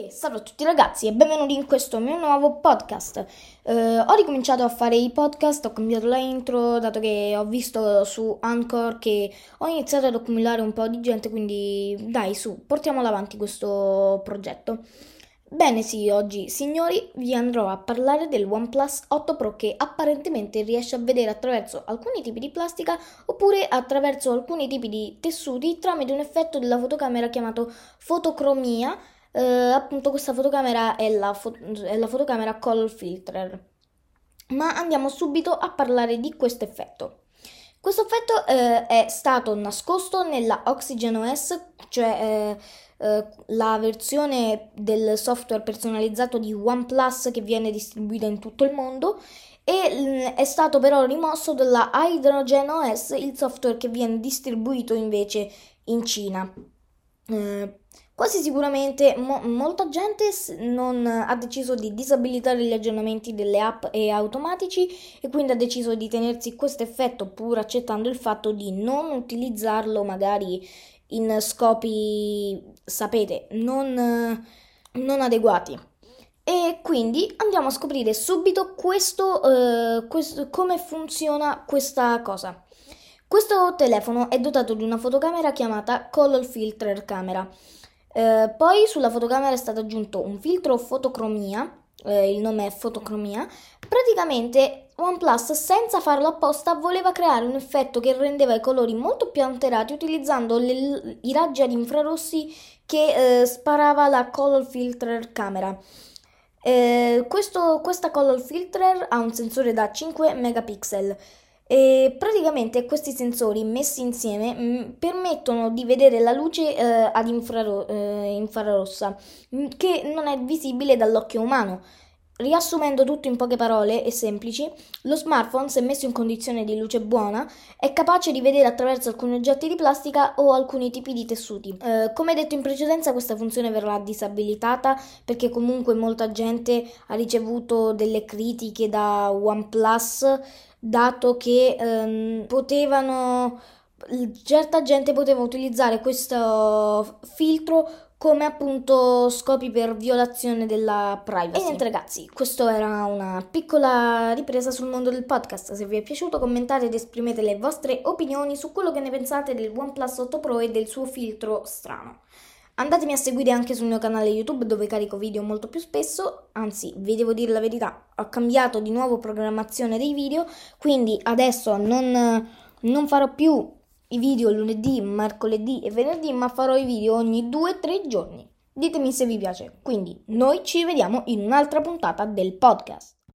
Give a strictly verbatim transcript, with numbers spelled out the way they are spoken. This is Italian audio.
salve a tutti ragazzi e benvenuti in questo mio nuovo podcast. Eh, ho ricominciato a fare i podcast, ho cambiato la intro dato che ho visto su Anchor che ho iniziato ad accumulare un po' di gente, quindi dai su, portiamolo avanti questo progetto. Bene sì, oggi signori vi andrò a parlare del OnePlus otto Pro che apparentemente riesce a vedere attraverso alcuni tipi di plastica oppure attraverso alcuni tipi di tessuti tramite un effetto della fotocamera chiamato fotocromia. Eh, appunto questa fotocamera è la, fo- è la fotocamera Color Filter. Ma andiamo subito a parlare di questo effetto. Questo effetto eh, è stato nascosto nella Oxygen O S, cioè eh, eh, la versione del software personalizzato di OnePlus che viene distribuita in tutto il mondo, e mh, è stato però rimosso dalla Hydrogen O S, il software che viene distribuito invece in Cina. Eh, Quasi sicuramente mo- molta gente non ha deciso di disabilitare gli aggiornamenti delle app e automatici e quindi ha deciso di tenersi questo effetto pur accettando il fatto di non utilizzarlo magari in scopi, sapete, non, non adeguati. E quindi andiamo a scoprire subito questo, eh, questo, come funziona questa cosa. Questo telefono è dotato di una fotocamera chiamata Color Filter Camera. Eh, poi sulla fotocamera è stato aggiunto un filtro fotocromia, eh, il nome è fotocromia. Praticamente OnePlus, senza farlo apposta, voleva creare un effetto che rendeva i colori molto più alterati utilizzando le, i raggi ad infrarossi che eh, sparava la Color Filter Camera. Eh, questo, questa Color Filter ha un sensore da cinque megapixel. E praticamente questi sensori messi insieme mh, permettono di vedere la luce eh, ad infraro- eh, infrarossa mh, che non è visibile dall'occhio umano. Riassumendo tutto in poche parole e semplici, lo smartphone, se messo in condizione di luce buona, è capace di vedere attraverso alcuni oggetti di plastica o alcuni tipi di tessuti. Eh, come detto in precedenza, questa funzione verrà disabilitata perché comunque molta gente ha ricevuto delle critiche da OnePlus, dato che ehm, potevano certa gente poteva utilizzare questo filtro come appunto scopi per violazione della privacy. E niente ragazzi, questa era una piccola ripresa sul mondo del podcast. Se vi è piaciuto commentate ed esprimete le vostre opinioni su quello che ne pensate del OnePlus otto Pro e del suo filtro strano. Andatemi a seguire anche sul mio canale YouTube dove carico video molto più spesso, anzi vi devo dire la verità, ho cambiato di nuovo programmazione dei video, quindi adesso non, non farò più i video lunedì, mercoledì e venerdì, ma farò i video ogni due tre giorni. Ditemi se vi piace. Quindi noi ci vediamo in un'altra puntata del podcast.